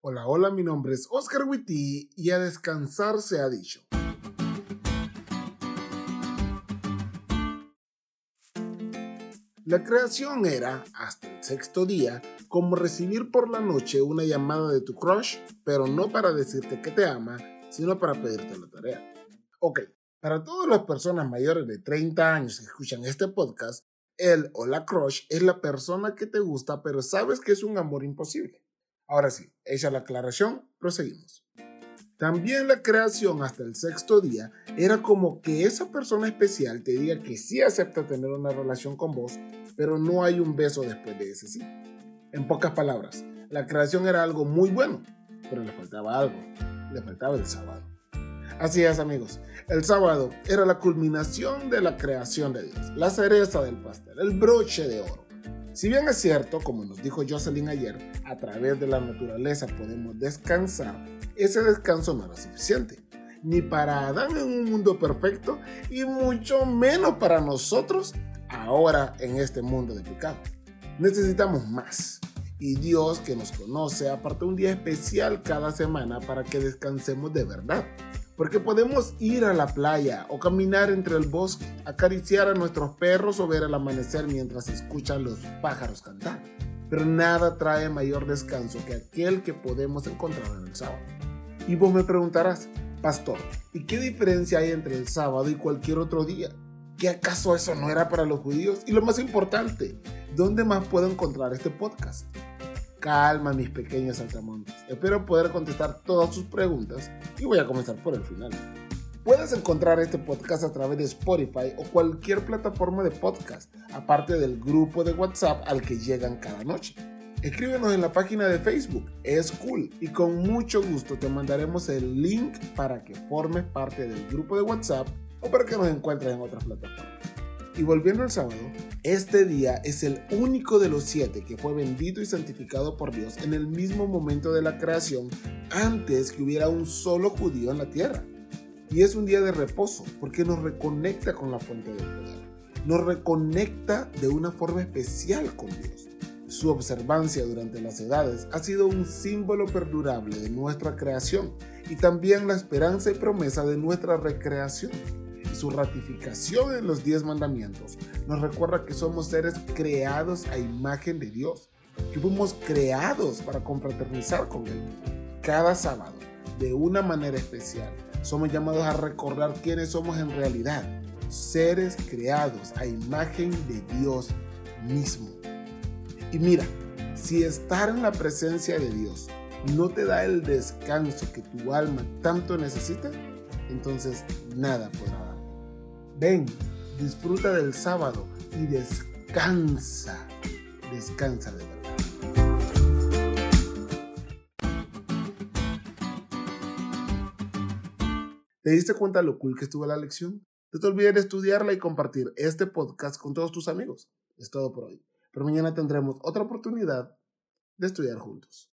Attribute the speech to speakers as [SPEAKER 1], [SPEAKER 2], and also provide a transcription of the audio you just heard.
[SPEAKER 1] Hola, hola, mi nombre es Oscar Witty y a descansar se ha dicho. La creación era, hasta el sexto día, como recibir por la noche una llamada de tu crush, pero no para decirte que te ama, sino para pedirte la tarea. Ok, para todas las personas mayores de 30 años que escuchan este podcast, él o la crush es la persona que te gusta, pero sabes que es un amor imposible. Ahora sí, hecha la aclaración, proseguimos. También la creación hasta el sexto día era como que esa persona especial te diga que sí acepta tener una relación con vos, pero no hay un beso después de ese sí. En pocas palabras, la creación era algo muy bueno, pero le faltaba algo, le faltaba el sábado. Así es, amigos, el sábado era la culminación de la creación de Dios, la cereza del pastel, el broche de oro. Si bien es cierto, como nos dijo Jocelyn ayer, a través de la naturaleza podemos descansar, ese descanso no era suficiente, ni para Adán en un mundo perfecto y mucho menos para nosotros ahora en este mundo de pecado. Necesitamos más. Y Dios, que nos conoce, apartó un día especial cada semana para que descansemos de verdad. Porque podemos ir a la playa o caminar entre el bosque, acariciar a nuestros perros o ver el amanecer mientras se escuchan los pájaros cantar. Pero nada trae mayor descanso que aquel que podemos encontrar en el sábado. Y vos me preguntarás, pastor, ¿y qué diferencia hay entre el sábado y cualquier otro día? ¿Qué acaso eso no era para los judíos? Y lo más importante, ¿dónde más puedo encontrar este podcast? Calma, mis pequeños saltamontes. Espero poder contestar todas sus preguntas y voy a comenzar por el final. Puedes encontrar este podcast a través de Spotify o cualquier plataforma de podcast, aparte del grupo de WhatsApp al que llegan cada noche. Escríbenos en la página de Facebook, es cool, y con mucho gusto te mandaremos el link para que formes parte del grupo de WhatsApp o para que nos encuentres en otras plataformas. Y volviendo al sábado, este día es el único de los 7 que fue bendito y santificado por Dios en el mismo momento de la creación antes que hubiera un solo judío en la tierra. Y es un día de reposo porque nos reconecta con la fuente del poder. Nos reconecta de una forma especial con Dios. Su observancia durante las edades ha sido un símbolo perdurable de nuestra creación y también la esperanza y promesa de nuestra recreación. Su ratificación en los 10 mandamientos nos recuerda que somos seres creados a imagen de Dios, que fuimos creados para confraternizar con Él. Cada sábado, de una manera especial, somos llamados a recordar quiénes somos en realidad, seres creados a imagen de Dios mismo. Y mira, si estar en la presencia de Dios no te da el descanso que tu alma tanto necesita, entonces nada podrá dar. Ven, disfruta del sábado y descansa de verdad. ¿Te diste cuenta lo cool que estuvo la lección? No te olvides de estudiarla y compartir este podcast con todos tus amigos. Es todo por hoy, pero mañana tendremos otra oportunidad de estudiar juntos.